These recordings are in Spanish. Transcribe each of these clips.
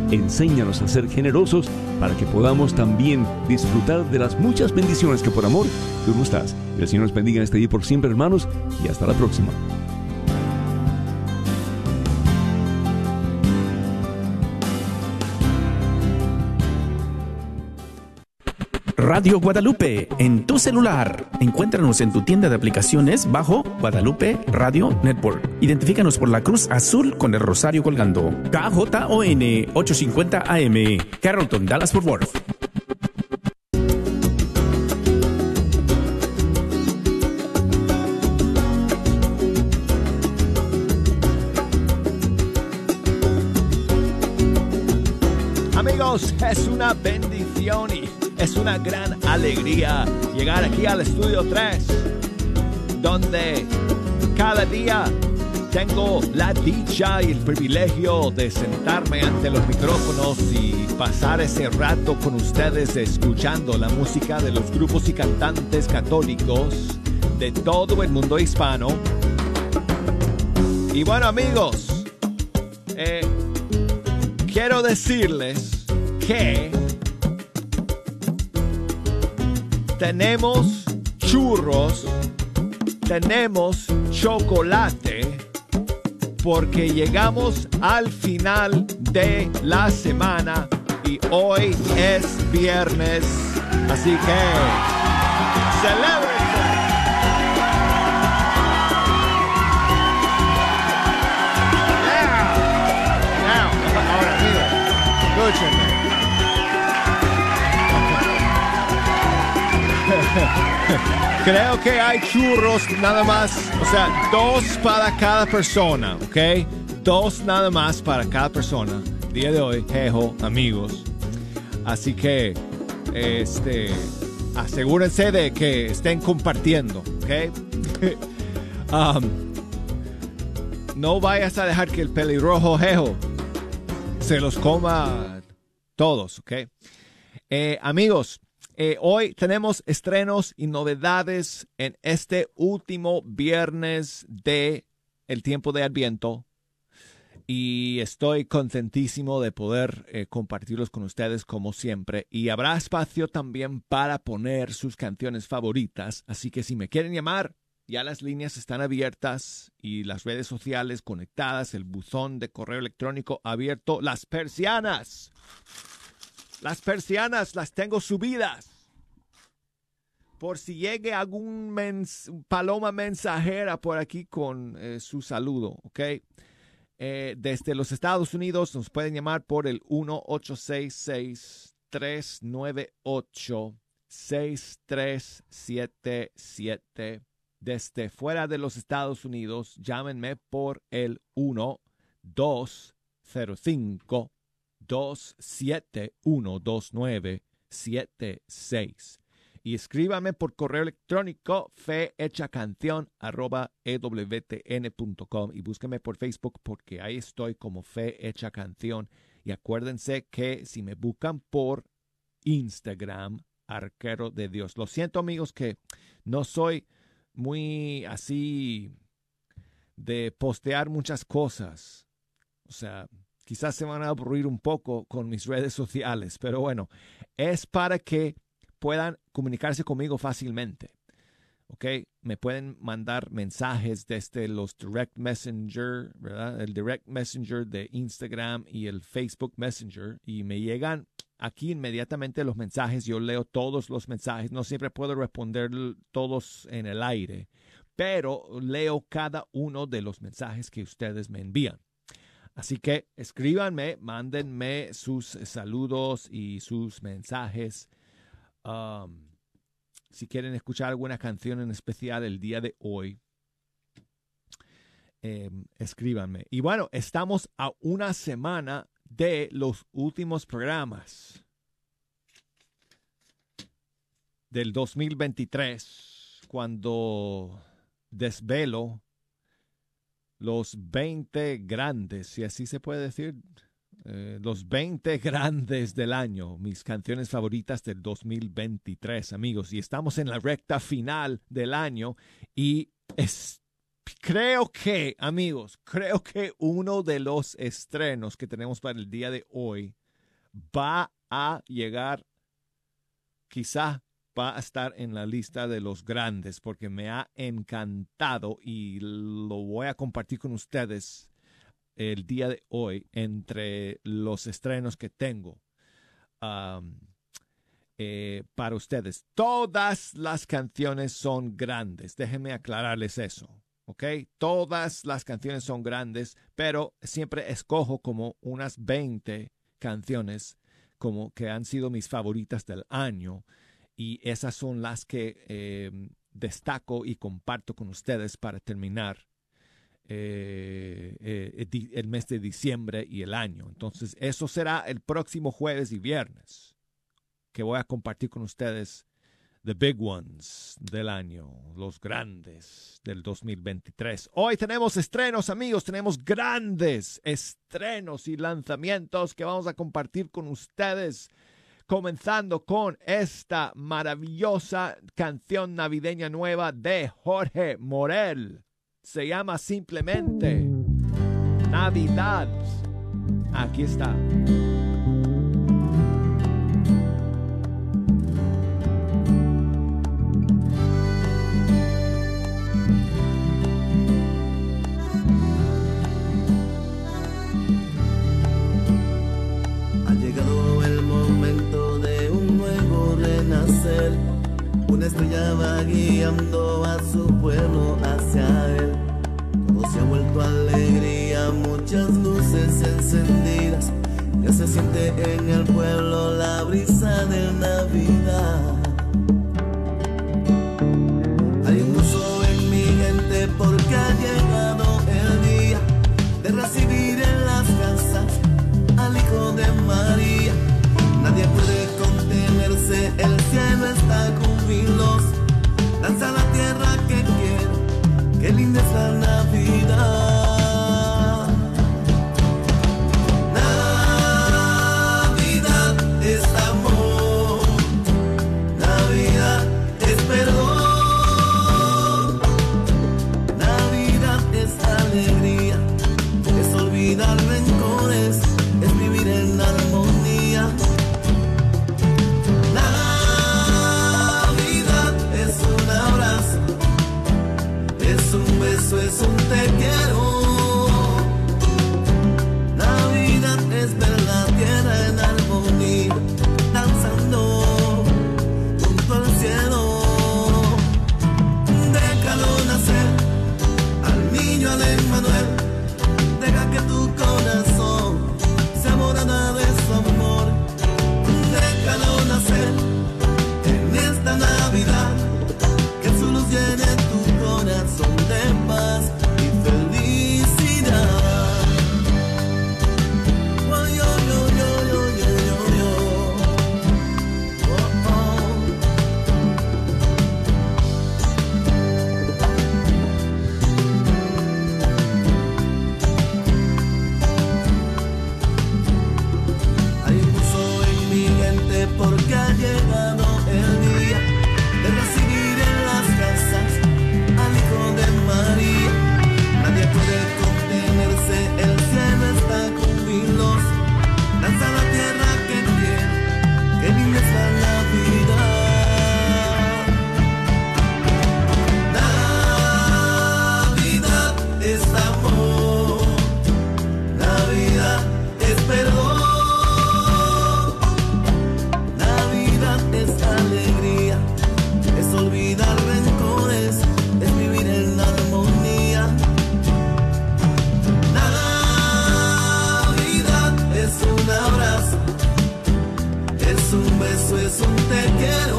Enséñanos a ser generosos para que podamos también disfrutar de las muchas bendiciones que por amor tú nos das. Que el Señor nos bendiga en este día por siempre, hermanos, y hasta la próxima. Radio Guadalupe, en tu celular. Encuéntranos en tu tienda de aplicaciones bajo Guadalupe Radio Network. Identifícanos por la cruz azul con el rosario colgando. KJON 850 AM, Carrollton, Dallas-Fort Worth. Amigos, es una bendición y es una gran alegría llegar aquí al Estudio 3, donde cada día tengo la dicha y el privilegio de sentarme ante los micrófonos y pasar ese rato con ustedes escuchando la música de los grupos y cantantes católicos de todo el mundo hispano. Y bueno, amigos, quiero decirles que tenemos churros, tenemos chocolate, porque llegamos al final de la semana y hoy es viernes, así que celebren. Ahora, miren, escúchenme. Creo que hay churros nada más, o sea, 2 para cada persona, ¿ok? 2 nada más para cada persona. Día de hoy, jejo, amigos. Así que, asegúrense de que estén compartiendo, ¿ok? No vayas a dejar que el pelirrojo jejo se los coma todos, ¿ok? Amigos, hoy tenemos estrenos y novedades en este último viernes de el tiempo de Adviento y estoy contentísimo de poder compartirlos con ustedes como siempre, y habrá espacio también para poner sus canciones favoritas, así que si me quieren llamar, ya las líneas están abiertas y las redes sociales conectadas, el buzón de correo electrónico abierto, las persianas las tengo subidas. Por si llegue algún paloma mensajera por aquí con su saludo, ¿ok? Desde los Estados Unidos nos pueden llamar por el 1-866-398-6377. Desde fuera de los Estados Unidos, llámenme por el 1-205-271-2976. Y escríbame por correo electrónico fehechacancion@ewtn.com y búsqueme por Facebook porque ahí estoy como Fe Hecha Canción. Y acuérdense que si me buscan por Instagram, Arquero de Dios. Lo siento, amigos, que no soy muy así de postear muchas cosas. O sea, quizás se van a aburrir un poco con mis redes sociales, pero bueno, es para que puedan comunicarse conmigo fácilmente, ¿ok? Me pueden mandar mensajes desde los Direct Messenger, ¿verdad? El Direct Messenger de Instagram y el Facebook Messenger, y me llegan aquí inmediatamente los mensajes. Yo leo todos los mensajes, no siempre puedo responder todos en el aire, pero leo cada uno de los mensajes que ustedes me envían. Así que escríbanme, mándenme sus saludos y sus mensajes. Si quieren escuchar alguna canción en especial el día de hoy, escríbanme. Y bueno, estamos a una semana de los últimos programas del 2023, cuando desvelo los 20 grandes, si así se puede decir, los 20 grandes del año, mis canciones favoritas del 2023, amigos. Y estamos en la recta final del año y creo que, amigos, uno de los estrenos que tenemos para el día de hoy va a llegar, quizá va a estar en la lista de los grandes, porque me ha encantado y lo voy a compartir con ustedes el día de hoy entre los estrenos que tengo para ustedes. Todas las canciones son grandes, déjenme aclararles eso, ¿ok? Todas las canciones son grandes, pero siempre escojo como unas 20 canciones como que han sido mis favoritas del año, y esas son las que destaco y comparto con ustedes para terminar el mes de diciembre y el año. Entonces, eso será el próximo jueves y viernes, que voy a compartir con ustedes the big ones del año, los grandes del 2023. Hoy tenemos estrenos, amigos, tenemos grandes estrenos y lanzamientos que vamos a compartir con ustedes, comenzando con esta maravillosa canción navideña nueva de Jorge Morel. Se llama simplemente Navidad. Aquí está. Ha llegado el momento de un nuevo renacer. Una estrella va guiando a su pueblo hacia él. Todo se ha vuelto alegría, muchas luces encendidas. Ya se siente en el pueblo la brisa de Navidad. Hay un gozo en mi gente porque ha llegado el día de recibir en las casas al Hijo de María. Nadie puede contenerse, el cielo está con jubilos. Danza la tierra que quiere, qué linda es la Navidad. Navidad es amor, Navidad es perdón, Navidad es alegría, es olvidar rencores, es vivir en armonía. Es un te quiero. Navidad es ver la tierra en armonía, danzando junto al cielo. Déjalo nacer al niño, al Emmanuel. Deja que tu corazón sea morada de su amor. Déjalo nacer en esta Navidad, que su luz llene tu corazón de paz y felicidad. Oh, yo, yo, yo, yo, yo, yo, yo. Oh, oh. Hay un gozo en mi gente porque ha llegado el día de recibir en las casas al Hijo de María. Nadie puede contenerse, el cielo está con jubilos. Danza la tierra que quiere, qué linda es la Navidad. Navidad es amor, Navidad es perdón, Navidad es alegría, es olvidar rencores, es vivir en armonía. Navidad es un abrazo, es un beso, es un te quiero.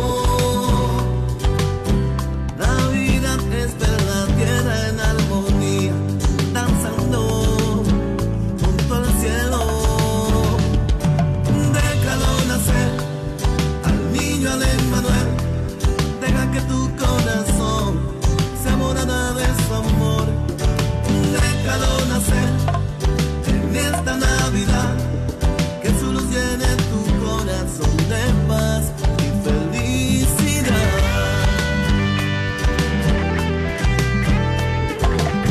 Navidad es ver la tierra en armonía, danzando junto al cielo. Déjalo nacer al niño, al Emmanuel. Deja que tu corazón sea morada de su amor. Déjalo nacer en esta Navidad, que su luz llene tu corazón de paz y felicidad.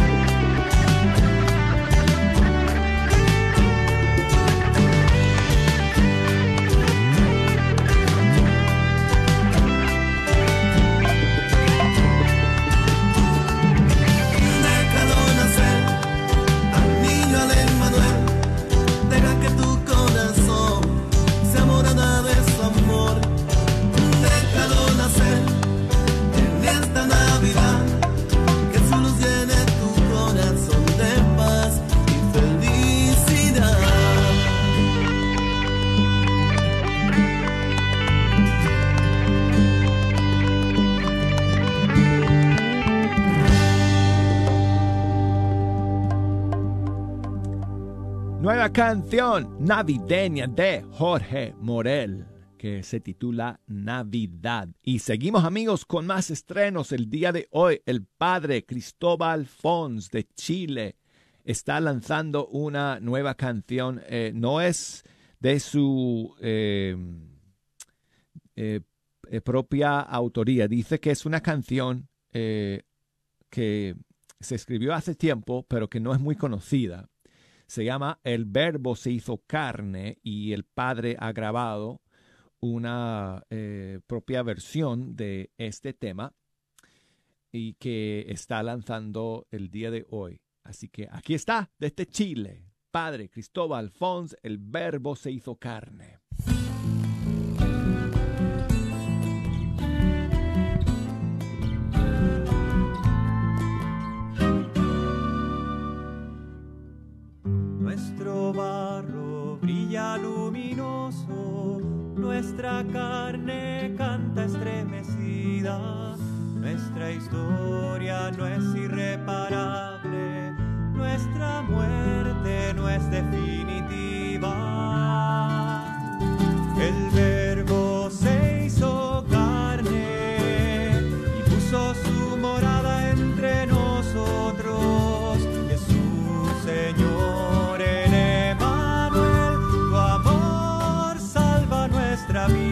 Nueva canción navideña de Jorge Morel, que se titula Navidad. Y seguimos, amigos, con más estrenos. El día de hoy, el padre Cristóbal Fons de Chile está lanzando una nueva canción. No es de su propia autoría. Dice que es una canción que se escribió hace tiempo, pero que no es muy conocida. Se llama El Verbo se hizo carne y el padre ha grabado una propia versión de este tema y que está lanzando el día de hoy. Así que aquí está, desde Chile, padre Cristóbal Fons, El Verbo se hizo carne. Nuestro barro brilla luminoso, nuestra carne canta estremecida, nuestra historia no es irreparable, nuestra muerte no es definitiva. El Verbo se hizo carne y puso su morada entre nosotros, Jesús Señor, el Emmanuel, tu amor salva nuestra vida.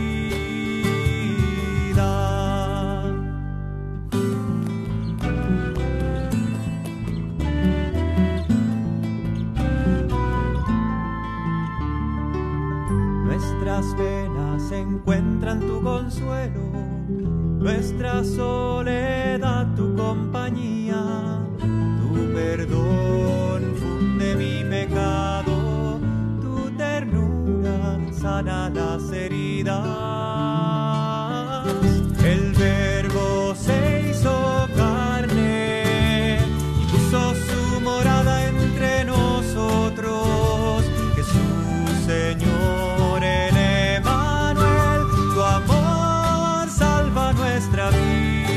Nuestras penas encuentran tu consuelo, nuestra soledad tu compañía, tu perdón funde mi pecado, tu ternura sana las heridas. El Verbo se hizo carne y puso su morada entre nosotros, Jesús Señor, el Emmanuel, tu amor salva nuestra vida.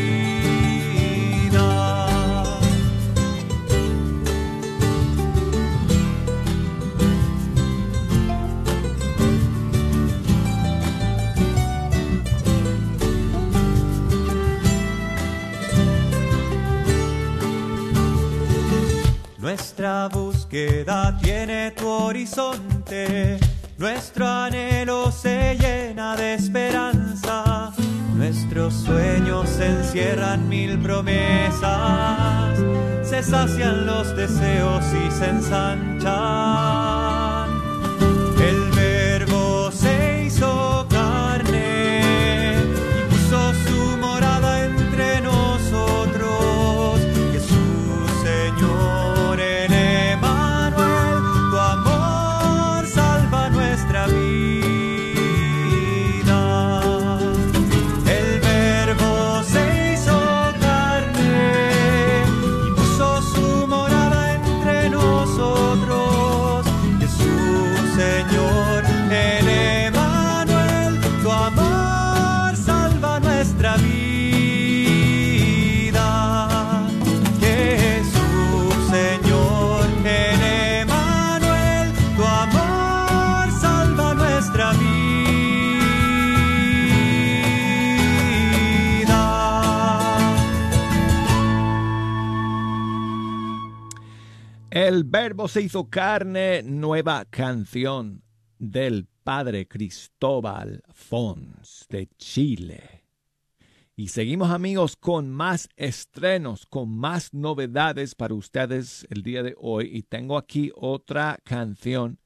Nuestra búsqueda tiene tu horizonte, nuestro anhelo se llena de esperanza, nuestros sueños se encierran mil promesas, se sacian los deseos y se ensanchan. El Verbo se hizo carne y puso su morada entre nosotros, Jesús Señor, el Emmanuel, tu amor salva nuestra vida. El Verbo se hizo carne y puso su morada entre nosotros, Jesús Señor, el Emmanuel, tu amor salva nuestra vida. Jesús Señor, el Emmanuel, tu amor salva nuestra vida. El Verbo se hizo carne, nueva canción del padre Cristóbal Fons de Chile. Y seguimos, amigos, con más estrenos, con más novedades para ustedes el día de hoy. Y tengo aquí otra canción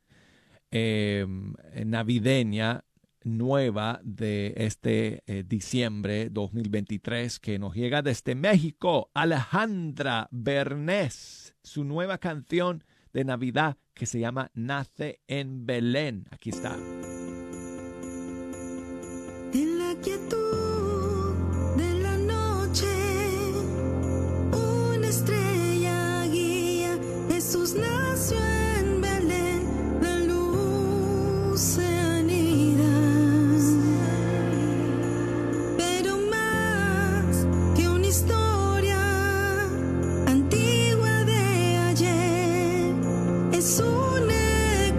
navideña nueva de este diciembre 2023 que nos llega desde México. Alejandra Bernés, su nueva canción de Navidad que se llama Nace en Belén. Aquí está. En la quietud de la noche, una estrella guía, Jesús nació en Belén, la luz se anida. Pero más que una historia antigua de ayer, es un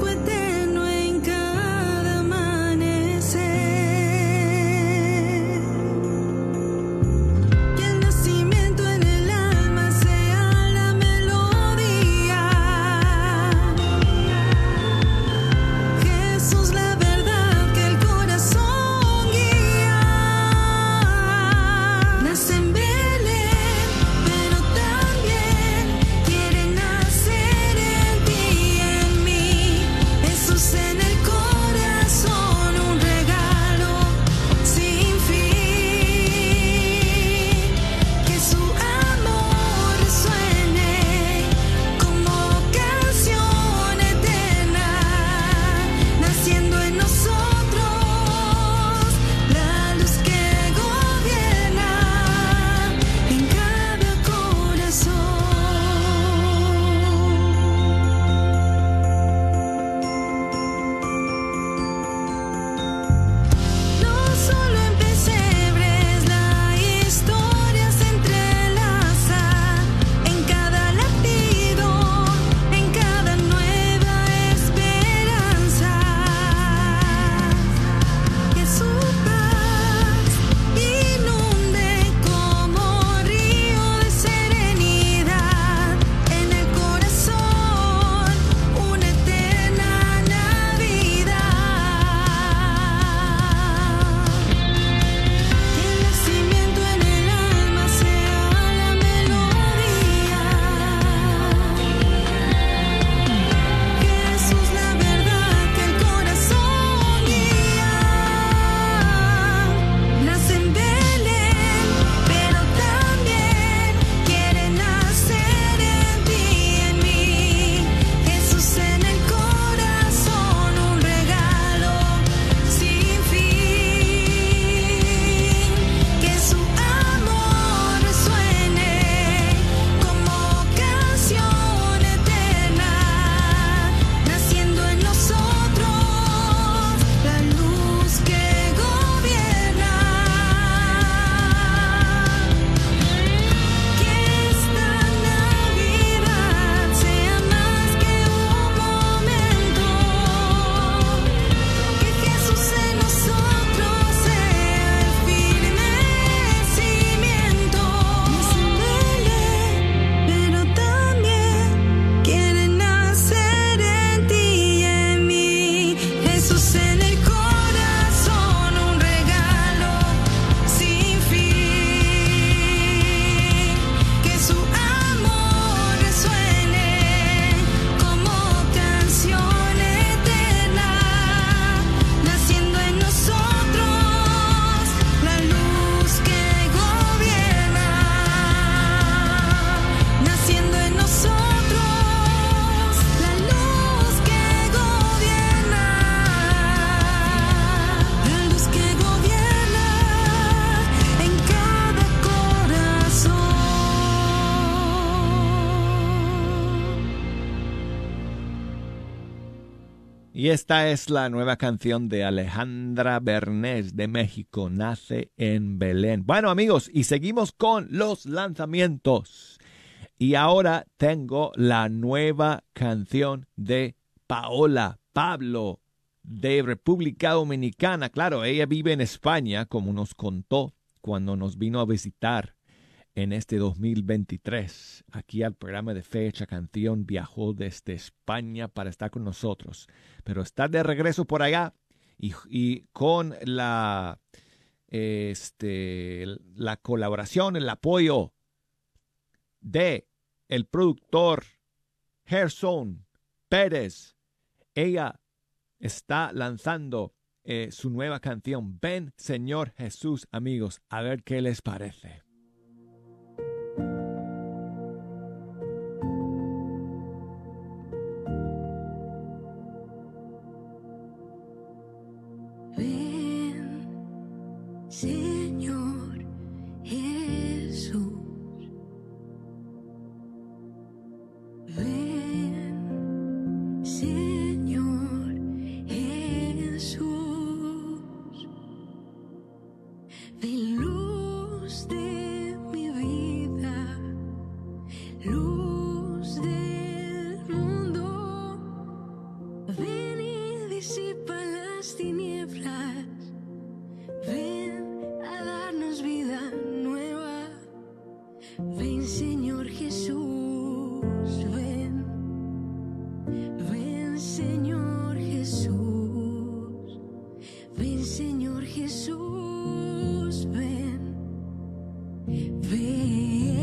Y esta es la nueva canción de Alejandra Bernés de México, Nace en Belén. Bueno, amigos, y seguimos con los lanzamientos. Y ahora tengo la nueva canción de Paola Pablo de República Dominicana. Claro, ella vive en España, como nos contó cuando nos vino a visitar en este 2023. Aquí al programa de Fecha Canción viajó desde España para estar con nosotros. Pero está de regreso por allá y con la colaboración, el apoyo de el productor Gerson Pérez. Ella está lanzando su nueva canción, Ven Señor Jesús, amigos. A ver qué les parece. Ven, Señor Jesús. Ven, Señor Jesús. Ven, luz de mi vida, luz del mundo. Ven y disipa las tinieblas. Ven a darnos vida nueva. Ven, Señor Jesús. Ven, ven, Señor Jesús. Ven, Señor Jesús. Ven, ven.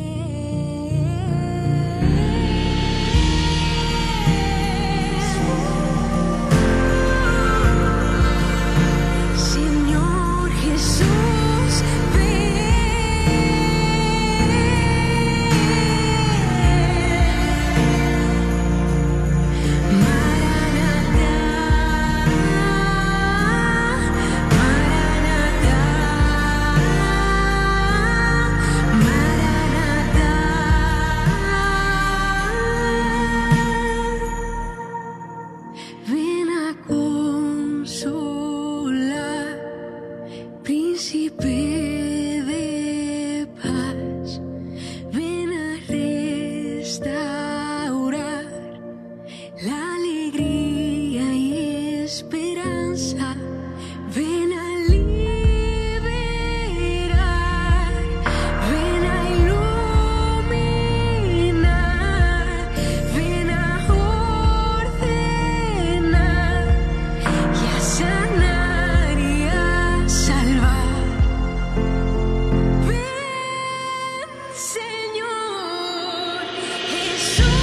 Señor Jesús, ven a consolar, Príncipe de paz. Ven a restaurar la alegría y esperanza. Ven a liberar, ven a iluminar, ven a ordenar y a sanar y a salvar. Ven, Señor Jesús.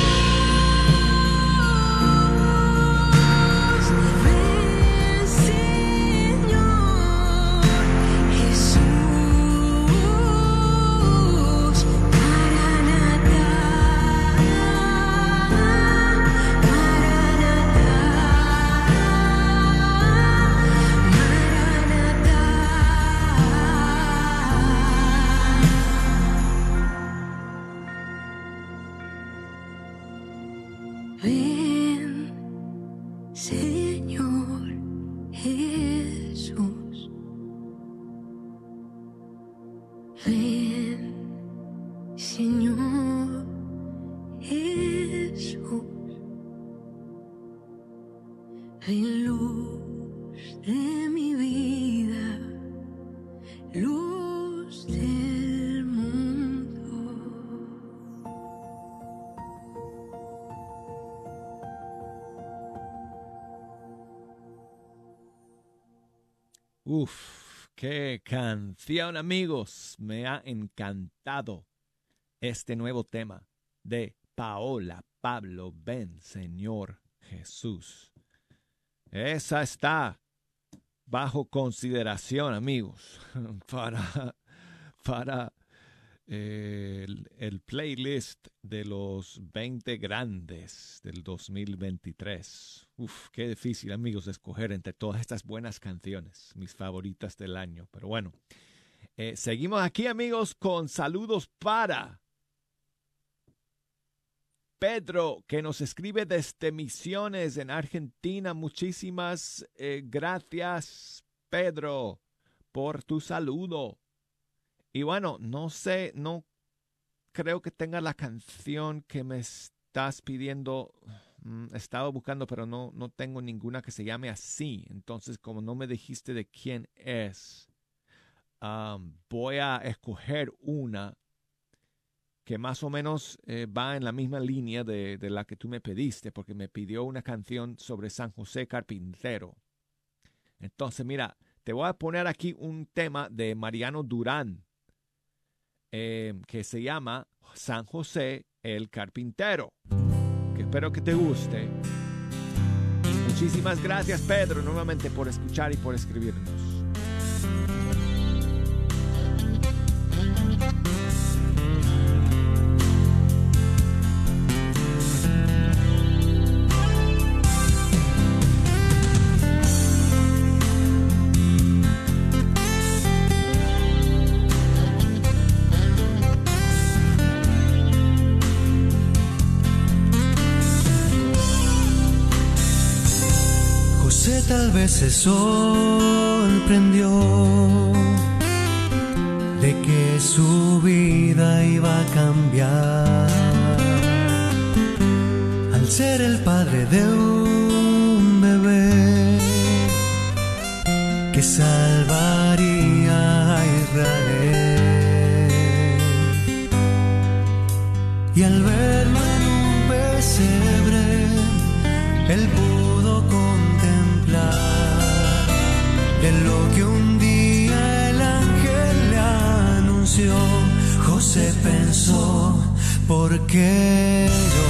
Ven, Señor Jesús. Maranatá, ven, Señor Jesús. Ven, Señor Jesús. Ven, luz de mi vida, luz del mundo. Uf, qué canción, amigos. Me ha encantado este nuevo tema de Paola Pablo, Ven Señor Jesús. Esa está bajo consideración, amigos, para el playlist de los 20 grandes del 2023. Uf, qué difícil, amigos, escoger entre todas estas buenas canciones, mis favoritas del año. Pero bueno, seguimos aquí, amigos, con saludos para Pedro, que nos escribe desde Misiones en Argentina. Muchísimas gracias, Pedro, por tu saludo. Y bueno, no sé, no creo que tenga la canción que me estás pidiendo. Estaba buscando, pero no tengo ninguna que se llame así. Entonces, como no me dijiste de quién es, voy a escoger una que más o menos va en la misma línea de la que tú me pediste, porque me pidió una canción sobre San José Carpintero. Entonces, mira, te voy a poner aquí un tema de Mariano Durán, que se llama San José el Carpintero, que espero que te guste. Muchísimas gracias, Pedro, nuevamente por escuchar y por escribirnos. Tal vez se sorprendió de que su vida iba a cambiar al ser el padre de un bebé que salvaría a Israel. Y al verlo en un pesebre, él pudo de lo que un día el ángel le anunció. José pensó, ¿por qué yo?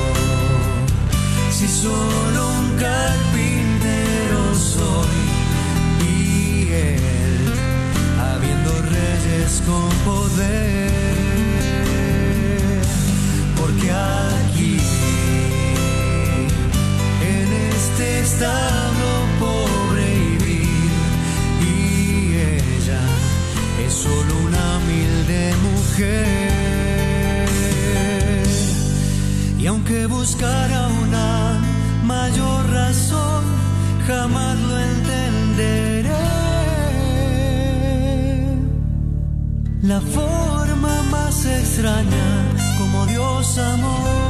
Si solo un carpintero soy, y él, habiendo reyes con poder, porque aquí, en este establo pobre y vil, y ella es solo una humilde mujer. Y aunque buscara una mayor razón, jamás lo entenderé. La forma más extraña como Dios amó.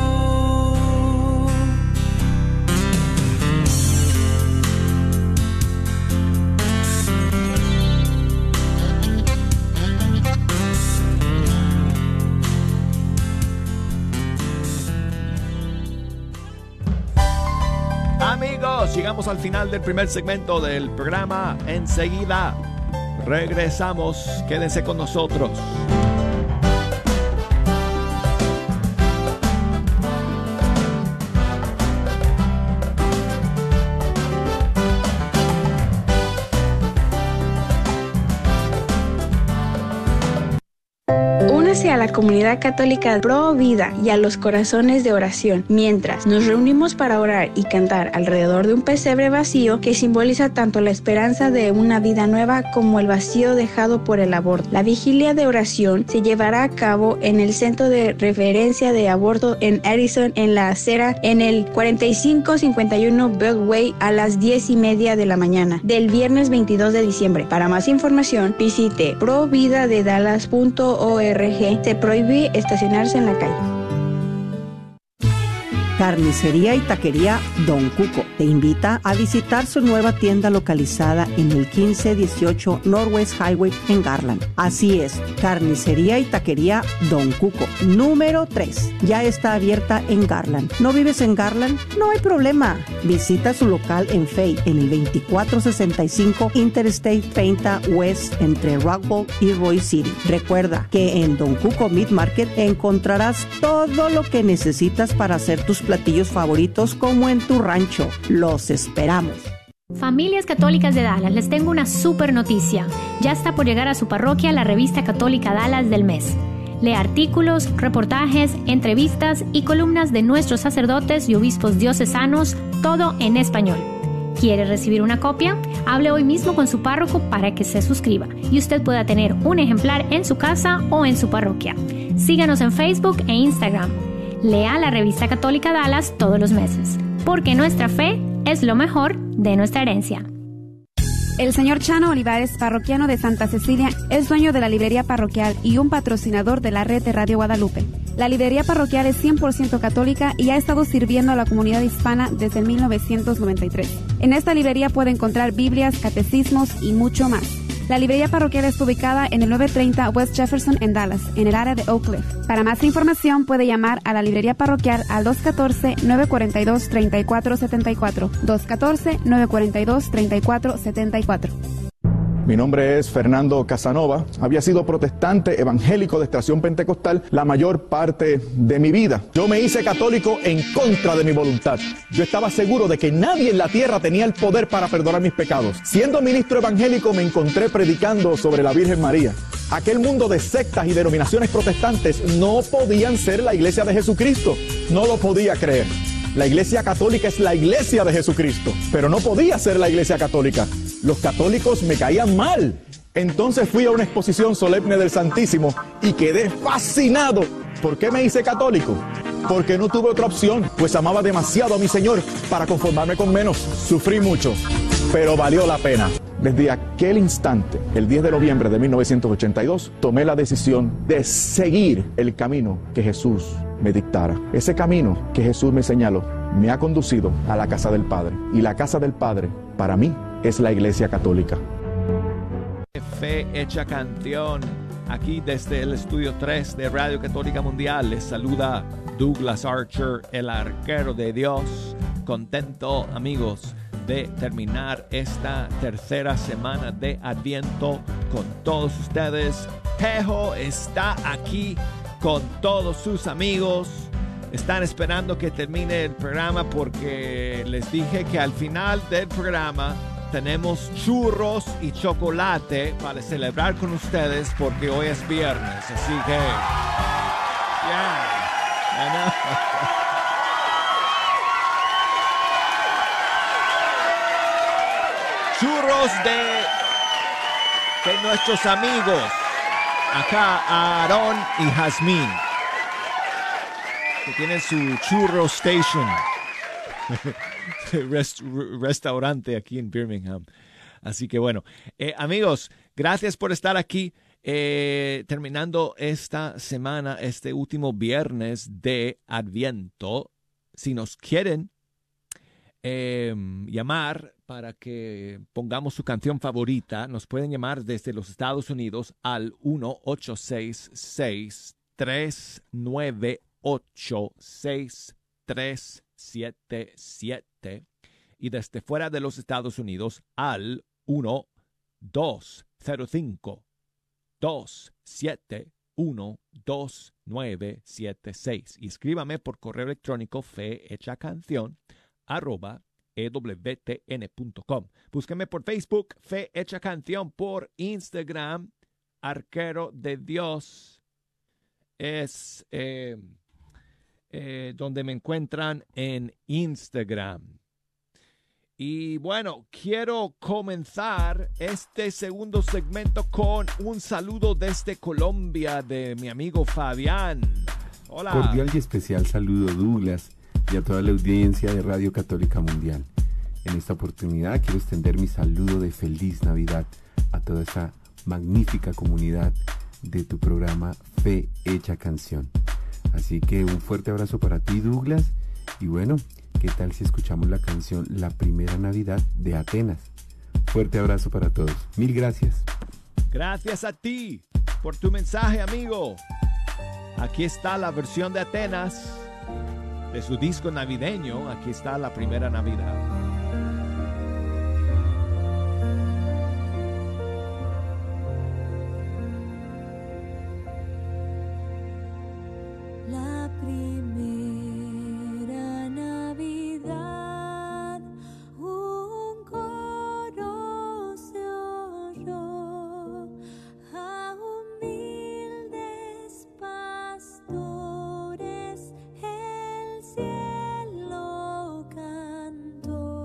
Amigos, llegamos al final del primer segmento del programa. Enseguida regresamos. Quédense con nosotros. Únase a la comunidad católica Pro Vida y a los corazones de oración, mientras nos reunimos para orar y cantar alrededor de un pesebre vacío que simboliza tanto la esperanza de una vida nueva como el vacío dejado por el aborto. La vigilia de oración se llevará a cabo en el Centro de Referencia de Aborto en Edison, en la acera, en el 4551 Beltway, a las 10:30 de la mañana, del viernes 22 de diciembre. Para más información, visite providadedallas.org. Se prohíbe estacionarse en la calle. Carnicería y Taquería Don Cuco te invita a visitar su nueva tienda localizada en el 1518 Northwest Highway en Garland. Así es, Carnicería y Taquería Don Cuco, número 3. Ya está abierta en Garland. ¿No vives en Garland? No hay problema. Visita su local en Fay, en el 2465 Interstate 30 West, entre Rockville y Roy City. Recuerda que en Don Cuco Meat Market encontrarás todo lo que necesitas para hacer tus platillos favoritos como en tu rancho. Los esperamos. Familias Católicas de Dallas, les tengo una super noticia. Ya está por llegar a su parroquia la revista católica Dallas del mes. Lee artículos, reportajes, entrevistas y columnas de nuestros sacerdotes y obispos diocesanos, todo en español. ¿Quiere recibir una copia? Hable hoy mismo con su párroco para que se suscriba y usted pueda tener un ejemplar en su casa o en su parroquia. Síganos en Facebook e Instagram. Lea la revista católica Dallas todos los meses, porque nuestra fe es lo mejor de nuestra herencia. El señor Chano Olivares, parroquiano de Santa Cecilia, es dueño de la librería parroquial y un patrocinador de la red de Radio Guadalupe. La librería parroquial es 100% católica y ha estado sirviendo a la comunidad hispana desde 1993. En esta librería puede encontrar Biblias, catecismos y mucho más. La librería parroquial está ubicada en el 930 West Jefferson en Dallas, en el área de Oak Cliff. Para más información puede llamar a la librería parroquial al 214-942-3474. 214-942-3474. Mi nombre es Fernando Casanova. Había sido protestante evangélico de Extracción Pentecostal la mayor parte de mi vida. Yo me hice católico en contra de mi voluntad. Yo estaba seguro de que nadie en la tierra tenía el poder para perdonar mis pecados. Siendo ministro evangélico me encontré predicando sobre la Virgen María. Aquel mundo de sectas y denominaciones protestantes no podían ser la iglesia de Jesucristo. No lo podía creer. La iglesia católica es la iglesia de Jesucristo, pero no podía ser la iglesia católica. Los católicos me caían mal. Entonces fui a una exposición solemne del Santísimo y quedé fascinado. ¿Por qué me hice católico? Porque no tuve otra opción, pues amaba demasiado a mi Señor para conformarme con menos. Sufrí mucho, pero valió la pena. Desde aquel instante, el 10 de noviembre de 1982, tomé la decisión de seguir el camino que Jesús me dictara. Ese camino que Jesús me señaló me ha conducido a la casa del Padre. Y la casa del Padre, para mí, es la Iglesia Católica. Fe hecha canción. Aquí desde el estudio 3 de Radio Católica Mundial les saluda Douglas Archer, el arquero de Dios. Contento, amigos, de terminar esta tercera semana de Adviento con todos ustedes. Pejo está aquí con todos sus amigos. Están esperando que termine el programa porque les dije que al final del programa tenemos churros y chocolate para celebrar con ustedes porque hoy es viernes. Así que churros de nuestros amigos acá, Aarón y Jazmín, que tienen su churro station, restaurante aquí en Birmingham. Así que bueno, amigos, gracias por estar aquí, terminando esta semana, este último viernes de Adviento. Si nos quieren llamar para que pongamos su canción favorita, nos pueden llamar desde los Estados Unidos al 1-866-398-6377 y desde fuera de los Estados Unidos al 1-205-271-2976. Y escríbame por correo electrónico fehechacancion@ewtn.com. Búsqueme por Facebook, Fe Hecha Canción, por Instagram, Arquero de Dios. Es donde me encuentran en Instagram. Y bueno, quiero comenzar este segundo segmento con un saludo desde Colombia de mi amigo Fabián. Hola. Cordial y especial saludo, Douglas, y a toda la audiencia de Radio Católica Mundial. En esta oportunidad quiero extender mi saludo de feliz Navidad a toda esa magnífica comunidad de tu programa Fe Hecha Canción. Así que un fuerte abrazo para ti, Douglas, y bueno, ¿qué tal si escuchamos la canción La Primera Navidad de Atenas? Fuerte abrazo para todos. Mil gracias. Gracias a ti por tu mensaje, amigo. Aquí está la versión de Atenas de su disco navideño. Aquí está La Primera Navidad. La primera Navidad, un coro se oyó a humildes pastores, el cielo cantó.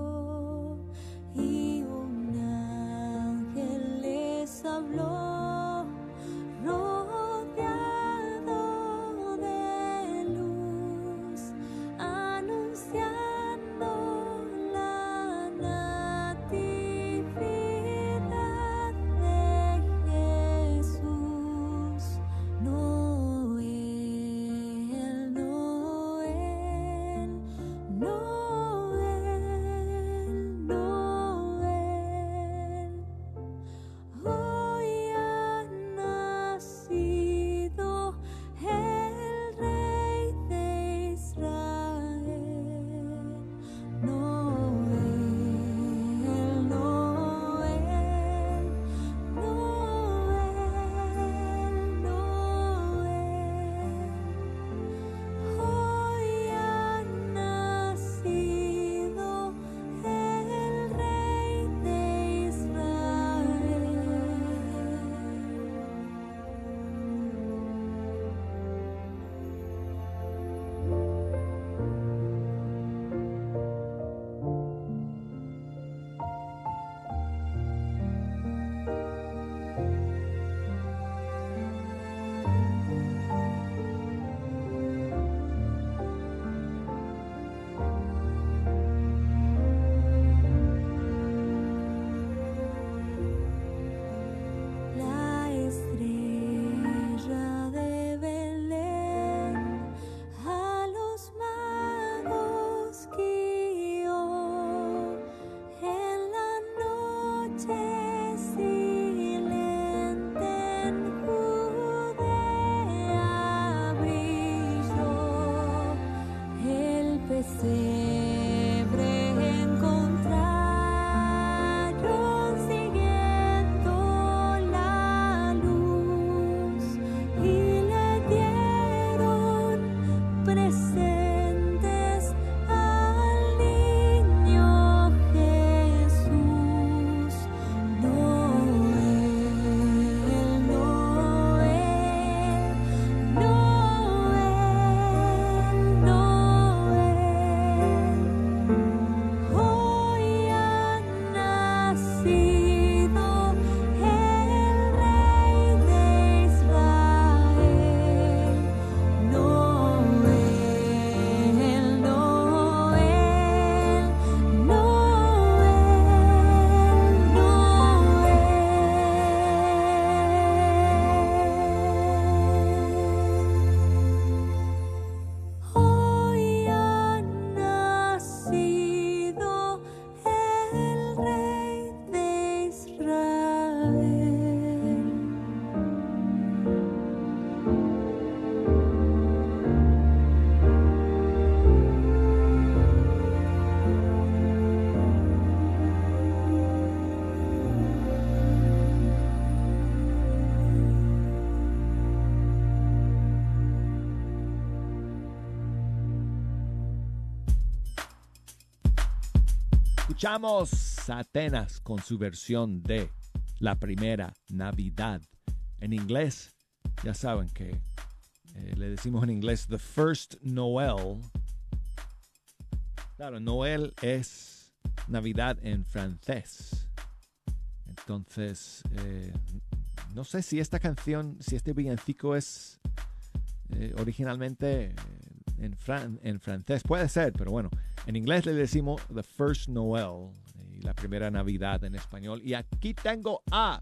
Escuchamos Atenas con su versión de La Primera Navidad. En inglés, ya saben que le decimos en inglés The First Noel. Claro, Noel es Navidad en francés. Entonces, no sé si esta canción, si este villancico es originalmente en francés. Puede ser, pero bueno, en inglés le decimos The First Noel, y la primera Navidad en español. Y aquí tengo a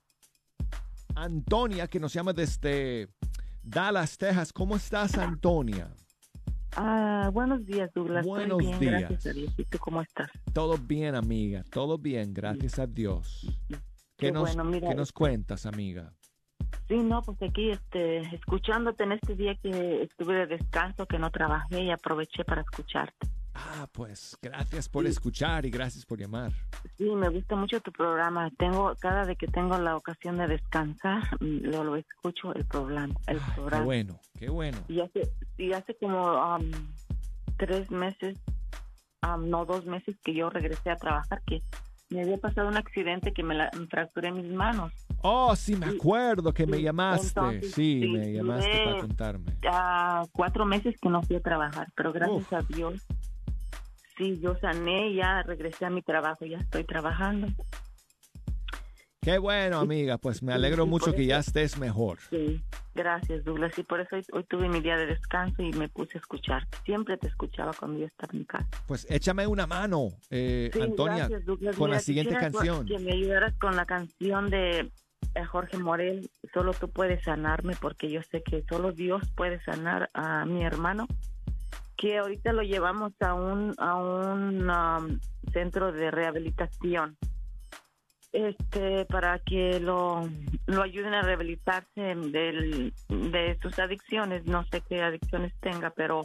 Antonia, que nos llama desde Dallas, Texas. ¿Cómo estás, Antonia? Buenos días, Douglas. Buenos Estoy bien, días. gracias a Dios. ¿Y tú cómo estás? Todo bien, amiga. Todo bien, gracias a Dios. ¿Qué nos cuentas, amiga? Sí, no, pues aquí escuchándote en este día que estuve de descanso, que no trabajé y aproveché para escucharte. Pues gracias por escuchar y gracias por llamar. Sí, me gusta mucho tu programa. Cada vez que tengo la ocasión de descansar, lo escucho el programa. Qué bueno, qué bueno. Y hace como 3 meses, no 2 meses que yo regresé a trabajar, que me había pasado un accidente que me fracturé mis manos. Oh, sí, me acuerdo que me llamaste. Entonces, sí, me llamaste para contarme. 4 meses que no fui a trabajar, pero gracias a Dios, sí, yo sané, ya regresé a mi trabajo, ya estoy trabajando. Qué bueno, amiga, pues me alegro mucho que ya estés mejor. Sí, gracias, Douglas, y por eso hoy tuve mi día de descanso y me puse a escucharte. Siempre te escuchaba cuando yo estaba en casa. Pues échame una mano, Antonia, gracias, Douglas. con Mira, la siguiente quisiera canción. Que me ayudaras con la canción de Jorge Morel, Solo tú puedes sanarme, porque yo sé que solo Dios puede sanar a mi hermano, que ahorita lo llevamos a un centro de rehabilitación, para que lo ayuden a rehabilitarse de sus adicciones. No sé qué adicciones tenga, pero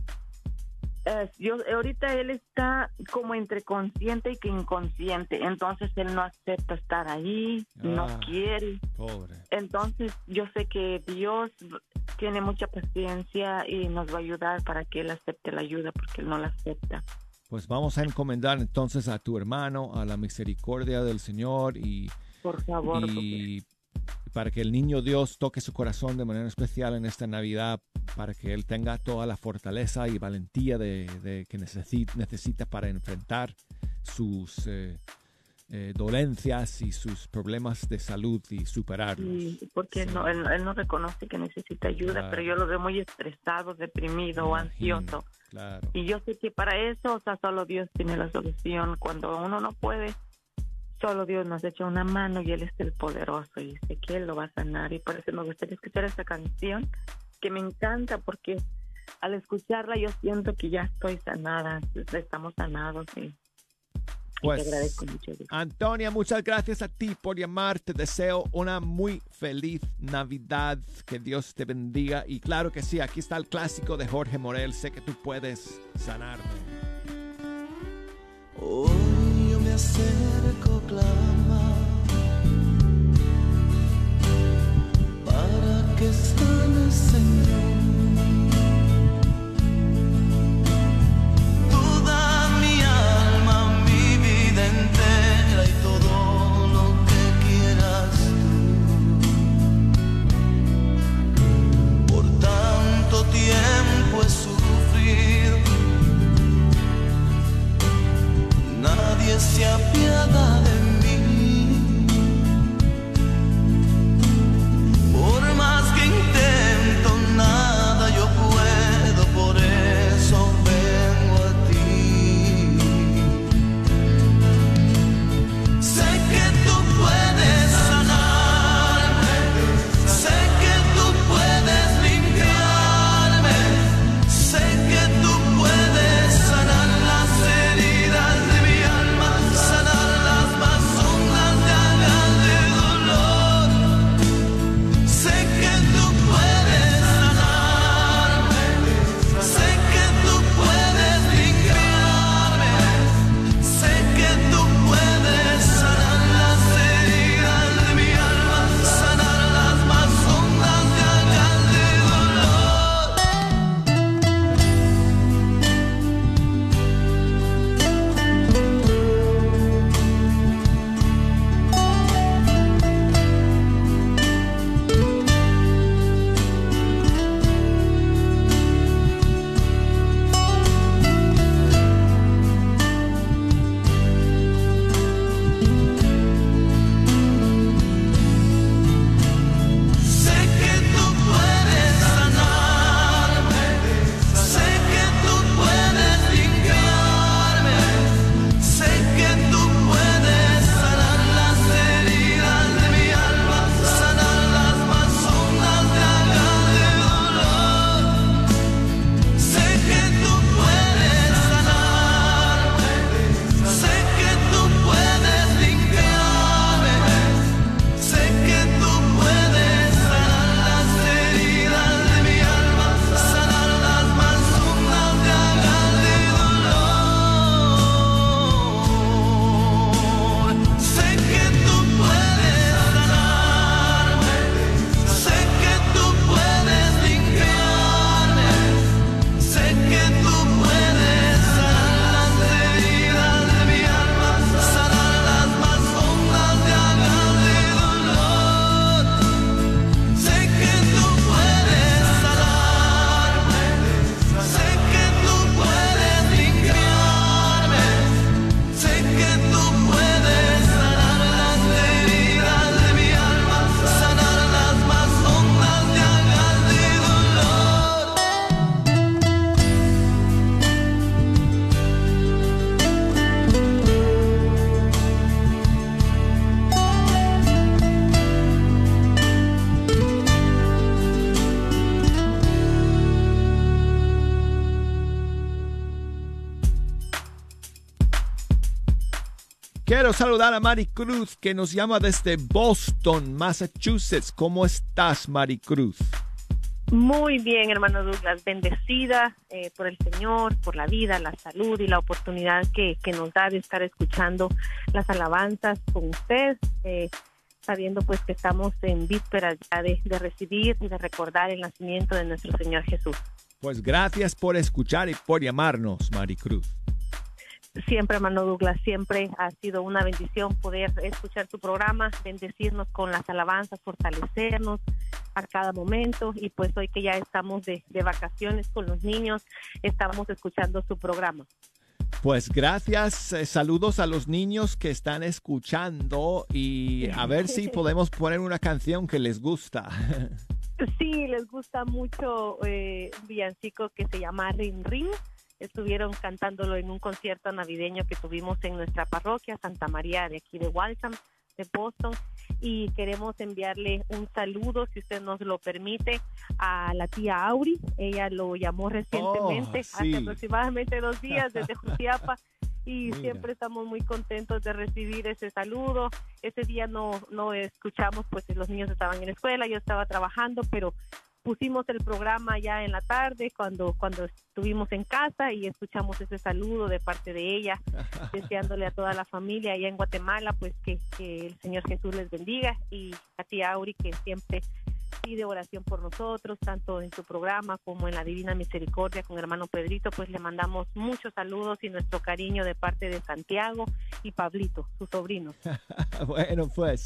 ahorita él está como entre consciente y que inconsciente, entonces él no acepta estar ahí, no quiere. Pobre. Entonces yo sé que Dios tiene mucha paciencia y nos va a ayudar para que él acepte la ayuda, porque él no la acepta. Pues vamos a encomendar entonces a tu hermano a la misericordia del Señor y, por favor, y para que el niño Dios toque su corazón de manera especial en esta Navidad, para que él tenga toda la fortaleza y valentía de que necesita para enfrentar sus dolencias y sus problemas de salud y superarlos. Sí, porque él no reconoce que necesita ayuda, claro. Pero yo lo veo muy estresado, deprimido o ansioso. Claro. Y yo sé que para eso, solo Dios tiene la solución. Cuando uno no puede, solo Dios nos echa una mano y Él es el poderoso y sé que Él lo va a sanar. Y por eso me gustaría escuchar esta canción que me encanta, porque al escucharla yo siento que ya estoy sanada, estamos sanados y pues, te agradezco mucho. Antonia, muchas gracias a ti por llamar. Te deseo una muy feliz Navidad. Que Dios te bendiga. Y claro que sí, aquí está el clásico de Jorge Morel. Sé que tú puedes sanarme. Hoy yo me acerco, clama, para que sane, Señor. Toda mi alma, mi vida entera y todo lo que quieras tú. Por tanto tiempo he sufrido, nadie se apiada de mí. Quiero saludar a Maricruz, que nos llama desde Boston, Massachusetts. ¿Cómo estás, Maricruz? Muy bien, hermano Douglas, bendecida por el Señor, por la vida, la salud y la oportunidad que nos da de estar escuchando las alabanzas con usted, sabiendo pues que estamos en vísperas ya de recibir y de recordar el nacimiento de nuestro Señor Jesús. Pues gracias por escuchar y por llamarnos, Maricruz. Siempre, hermano Douglas, siempre ha sido una bendición poder escuchar tu programa, bendecirnos con las alabanzas, fortalecernos a cada momento, y pues hoy que ya estamos de vacaciones con los niños, estamos escuchando su programa. Pues gracias, saludos a los niños que están escuchando y a ver si podemos poner una canción que les gusta. Sí, les gusta mucho un villancico que se llama Rin Rin. Estuvieron cantándolo en un concierto navideño que tuvimos en nuestra parroquia Santa María de aquí de Waltham, de Boston, y queremos enviarle un saludo, si usted nos lo permite, a la tía Auri. Ella lo llamó recientemente, hace aproximadamente 2 días, desde Jutiapa, y mira, siempre estamos muy contentos de recibir ese saludo. Ese día no escuchamos, pues los niños estaban en la escuela, yo estaba trabajando, pero pusimos el programa ya en la tarde cuando estuvimos en casa, y escuchamos ese saludo de parte de ella, deseándole a toda la familia allá en Guatemala pues que el Señor Jesús les bendiga, y a tía Auri, que siempre pide oración por nosotros, tanto en su programa como en la Divina Misericordia con hermano Pedrito, pues le mandamos muchos saludos y nuestro cariño de parte de Santiago y Pablito, su sobrino. Bueno, pues,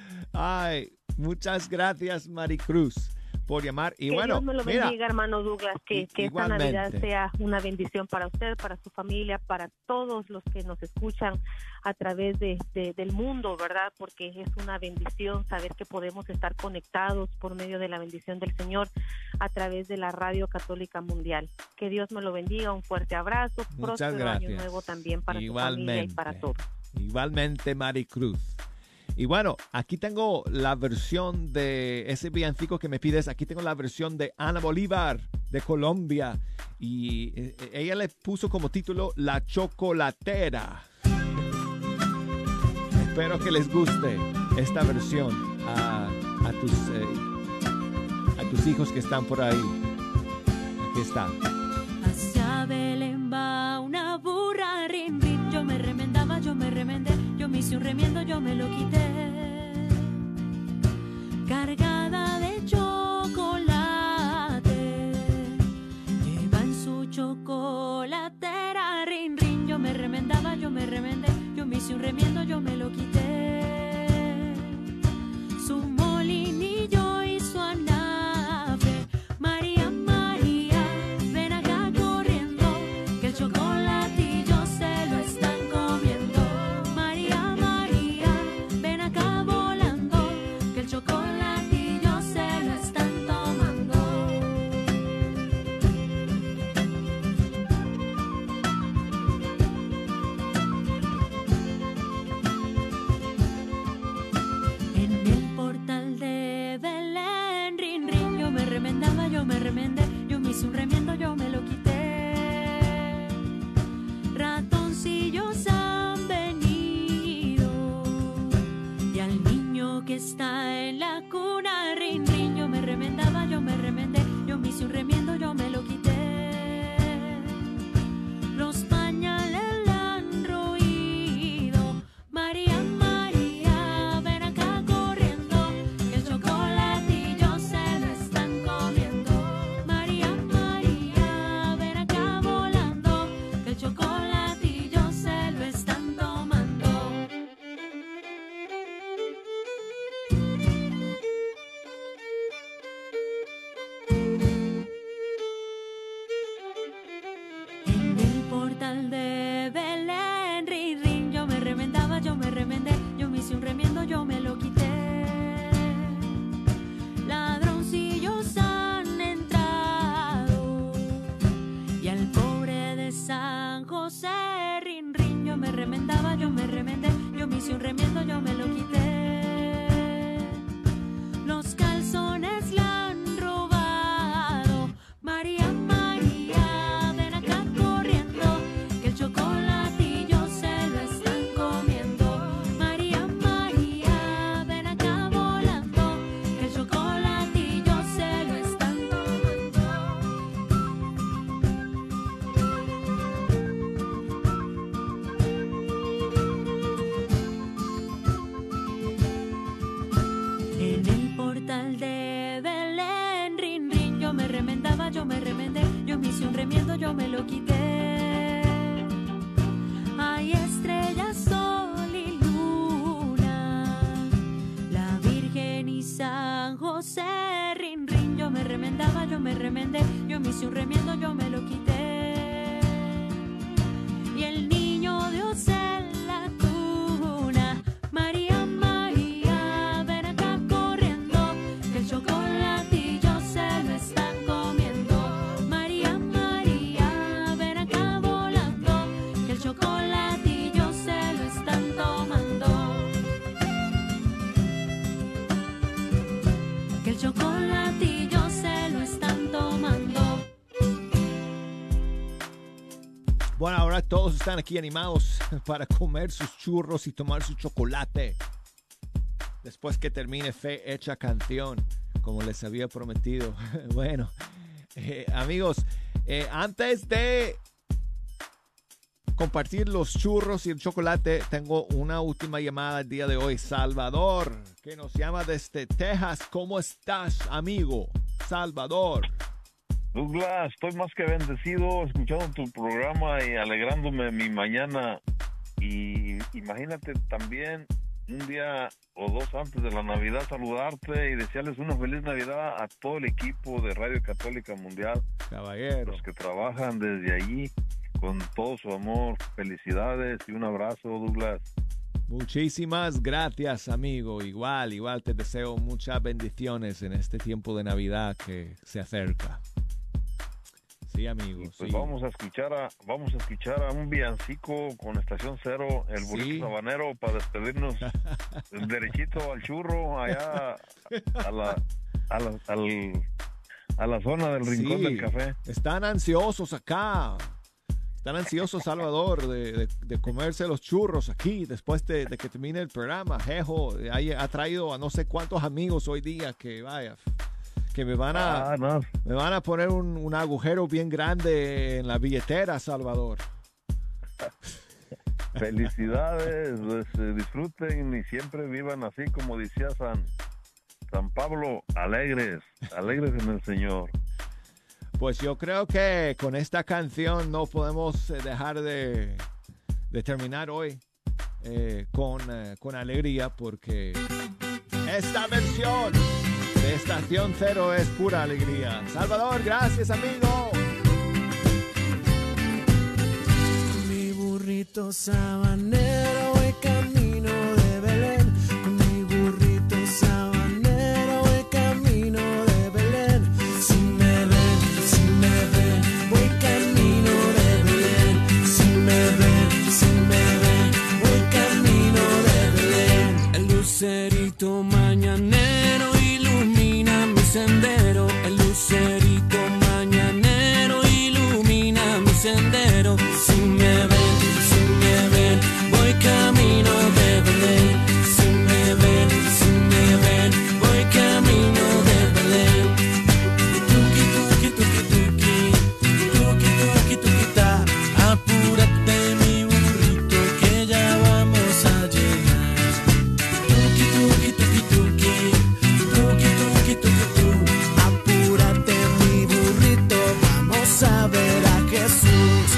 ay, muchas gracias, Maricruz, por llamar. Y que bueno, Dios me lo bendiga, mira, hermano Douglas, que esta Navidad sea una bendición para usted, para su familia, para todos los que nos escuchan a través del mundo, ¿verdad? Porque es una bendición saber que podemos estar conectados por medio de la bendición del Señor a través de la Radio Católica Mundial. Que Dios me lo bendiga, un fuerte abrazo, próspero año nuevo también para su familia y para todos. Igualmente, Maricruz. Y bueno, aquí tengo la versión de ese villancico que me pides. Aquí tengo la versión de Ana Bolívar, de Colombia. Y ella le puso como título La Chocolatera. Espero que les guste esta versión a tus hijos que están por ahí. Aquí está. Hacia Belén va una burra, rin, rin. Yo me remendaba, yo me remendé. Yo me hice un remiendo, yo me lo quité. Cargada de chocolate, lleva en su chocolatera, rin, rin. Yo me remendaba, yo me remendé. Yo me hice un remiendo, yo me lo quité. Su molinillo y su anafe. María, María, ven acá corriendo, que el chocolatillo se lo están comiendo. María, María, ven acá volando, que el chocolatillo se lo están tomando. En el portal de Belén, rin, rin, yo me remendaba, yo me remendé. Yo me hice un remiendo, yo me lo quité. Ratoncillos han venido, y al niño que está en la cuna, rin, rin, yo me remendaba, yo me remendé. Yo me hice un remiendo, yo me lo quité. Los pañales le han roído. María, María, ven acá corriendo, que el chocolatillo se lo están comiendo. María, María, ven acá volando, que el chocolatillo se lo están tomando. remendaba, yo me remendé, yo me hice un remiendo, yo me lo quité. Hay estrellas, sol y luna, la Virgen y San José, rin, rin, yo me remendaba, yo me remendé, yo me hice un remiendo, yo me lo quité. Y el niño Dios en la cuna, María, María, ven acá corriendo, que el chocolatillo se lo están comiendo. María, María, ven acá volando, que el chocolatillo se lo están tomando. Que el chocolatillo se lo están tomando. Bueno, ahora todos están aquí animados para comer sus churros y tomar su chocolate. Después que termine Fe Hecha Canción, como les había prometido. Bueno, amigos, antes de compartir los churros y el chocolate, tengo una última llamada el día de hoy. Salvador, que nos llama desde Texas. ¿Cómo estás, amigo? Salvador. Douglas, estoy más que bendecido escuchando tu programa y alegrándome mi mañana. Y imagínate también un día o dos antes de la Navidad saludarte y desearles una feliz Navidad a todo el equipo de Radio Católica Mundial. Caballero. Los que trabajan desde allí con todo su amor. Felicidades y un abrazo, Douglas. Muchísimas gracias, amigo. Igual te deseo muchas bendiciones en este tiempo de Navidad que se acerca. Sí, amigos. Pues sí. vamos a escuchar a un villancico con Estación Cero, el burrito sabanero, para despedirnos derechito al churro allá a la zona del rincón del café. Están ansiosos acá. Están ansiosos, Salvador, de comerse los churros aquí después de que termine el programa. Jejo ha traído a no sé cuántos amigos hoy día que vaya. Que me van a poner un agujero bien grande en la billetera, Salvador. Felicidades, pues, disfruten y siempre vivan así como decía San Pablo, alegres en el Señor. Pues yo creo que con esta canción no podemos dejar de terminar hoy con alegría, porque esta versión de Estación Cero es pura alegría. Salvador, gracias, amigo. Mi burrito sabanero voy camino de Belén. Con mi burrito sabanero voy camino de Belén. Si me ven, voy camino de Belén. Si me ven, voy camino de Belén. El lucerito mañanero ilumina mi sendero. El lucerito mañanero ilumina mi sendero. Si me ven, voy camino de Belén. Si me ven, voy camino de Belén. Tuki, tuki, tuki, tuki, tuki, tuki, tuki, ta. Apúrate, mi burrito, que ya vamos a llegar. Tuki, tuki, tuki, tuki, tuki, tuki, tuki, tu. Apúrate, mi burrito, vamos a ver a Jesús.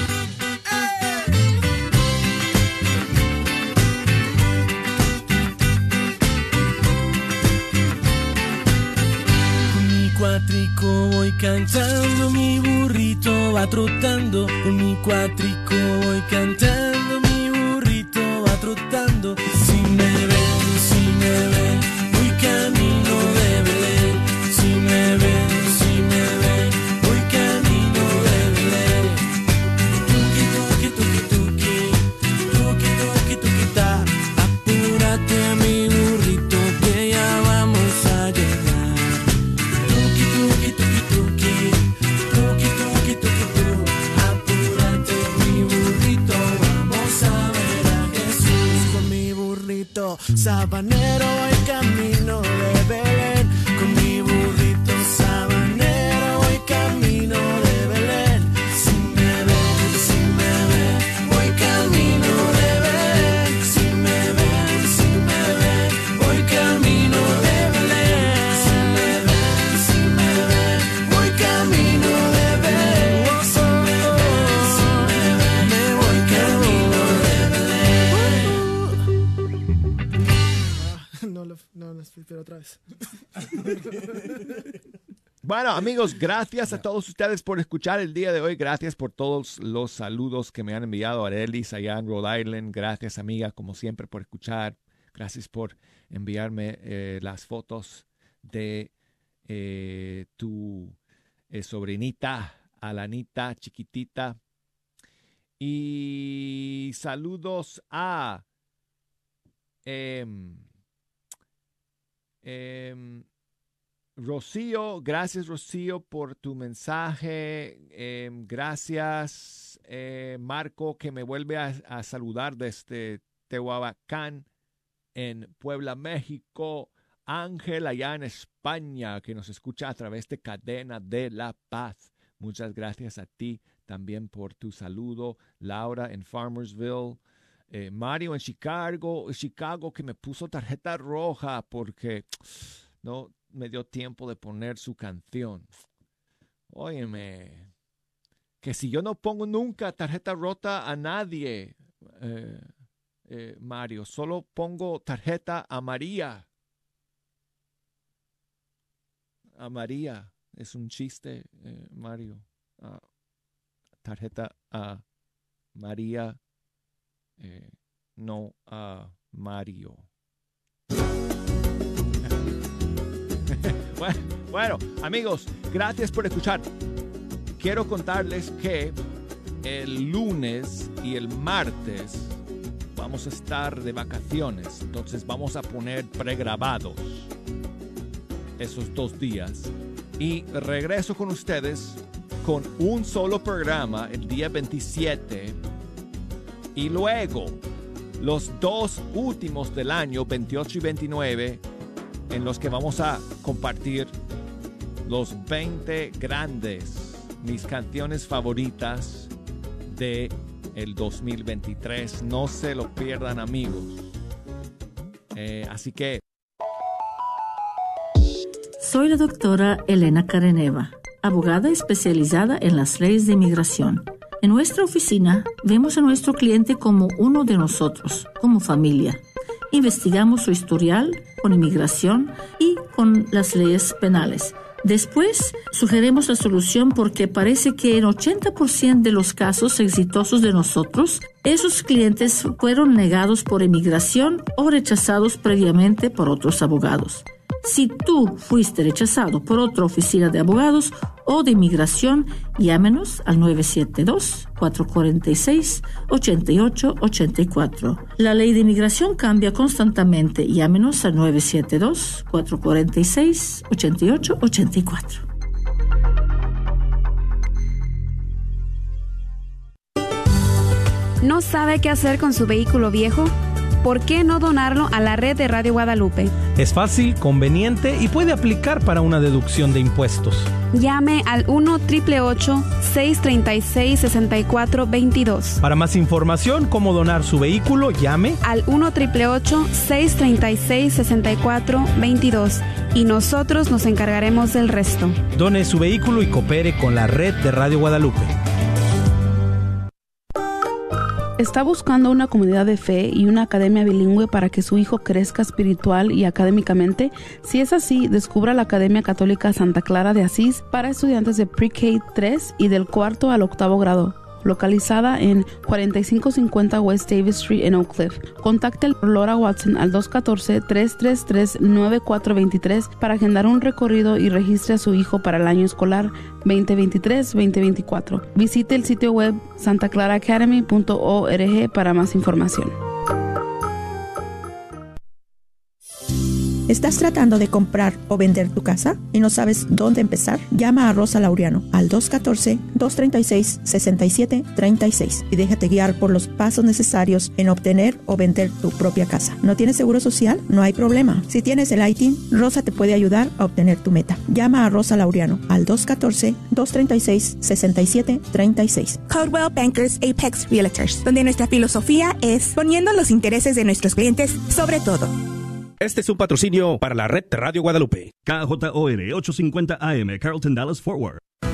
Con mi cuatrico voy cantando, mi burrito va trotando. Con mi cuatrico voy cantando, mi burrito va trotando. Si me ven, voy camino de Belén. Si me ven, voy camino de Belén. Tuki, tuki, tuki, tuki, tuki, tuki, tuki, ta. Apúrate, mi burrito, que ya vamos a llegar. Tuki, tuki, tuki, tuki, tuki, tuki, tuki, tu. Apúrate, mi burrito, vamos a ver a Jesús. Con mi burrito sabanero voy camino de Belén. Con mi burrito sabanero voy camino de Belén. Si me ven, voy camino de Belén. Si me ven, voy camino de Belén. Si me ven, voy camino de Belén. Pero otra vez. Bueno, amigos, gracias a todos ustedes por escuchar el día de hoy. Gracias por todos los saludos que me han enviado. Arelis allá en Rhode Island. Gracias, amiga, como siempre, por escuchar. Gracias por enviarme las fotos de tu sobrinita, Alanita, chiquitita. Y saludos a Rocío. Gracias, Rocío, por tu mensaje. Gracias, Marco, que me vuelve a saludar desde Tehuacán, en Puebla, México. Ángel, allá en España, que nos escucha a través de Cadena de la Paz. Muchas gracias a ti también por tu saludo. Laura en Farmersville. Mario en Chicago, que me puso tarjeta roja porque no me dio tiempo de poner su canción. Óyeme, que si yo no pongo nunca tarjeta rota a nadie, Mario, solo pongo tarjeta a María. A María, es un chiste, Mario. Tarjeta a María, no a Mario. Bueno, amigos, gracias por escuchar. Quiero contarles que el lunes y el martes vamos a estar de vacaciones. Entonces vamos a poner pregrabados esos 2 días. Y regreso con ustedes con un solo programa el día 27. Y luego los 2 últimos del año, 28 y 29, en los que vamos a compartir los 20 grandes, mis canciones favoritas de el 2023. No se lo pierdan, amigos. Así que... Soy la doctora Elena Careneva, abogada especializada en las leyes de inmigración. En nuestra oficina vemos a nuestro cliente como uno de nosotros, como familia. Investigamos su historial con inmigración y con las leyes penales. Después, sugerimos la solución porque parece que en 80% de los casos exitosos de nosotros, esos clientes fueron negados por inmigración o rechazados previamente por otros abogados. Si tú fuiste rechazado por otra oficina de abogados o de inmigración, llámenos al 972-446-8884. La ley de inmigración cambia constantemente. Llámenos al 972-446-8884. ¿No sabe qué hacer con su vehículo viejo? ¿Por qué no donarlo a la red de Radio Guadalupe? Es fácil, conveniente y puede aplicar para una deducción de impuestos. Llame al 1-888-636-6422. Para más información, cómo donar su vehículo, llame al 1-888-636-6422 y nosotros nos encargaremos del resto. Done su vehículo y coopere con la red de Radio Guadalupe. ¿Está buscando una comunidad de fe y una academia bilingüe para que su hijo crezca espiritual y académicamente? Si es así, descubra la Academia Católica Santa Clara de Asís para estudiantes de Pre-K 3 y del 4º al 8º grado, localizada en 4550 West Davis Street en Oak Cliff. Contacte a Laura Watson al 214-333-9423 para agendar un recorrido y registre a su hijo para el año escolar 2023-2024. Visite el sitio web santaclaraacademy.org para más información. ¿Estás tratando de comprar o vender tu casa y no sabes dónde empezar? Llama a Rosa Laureano al 214-236-6736 y déjate guiar por los pasos necesarios en obtener o vender tu propia casa. ¿No tienes seguro social? No hay problema. Si tienes el ITIN, Rosa te puede ayudar a obtener tu meta. Llama a Rosa Laureano al 214-236-6736. Coldwell Bankers Apex Realtors, donde nuestra filosofía es poniendo los intereses de nuestros clientes sobre todo. Este es un patrocinio para la red de Radio Guadalupe. KJOR 850 AM, Carlton Dallas Forward.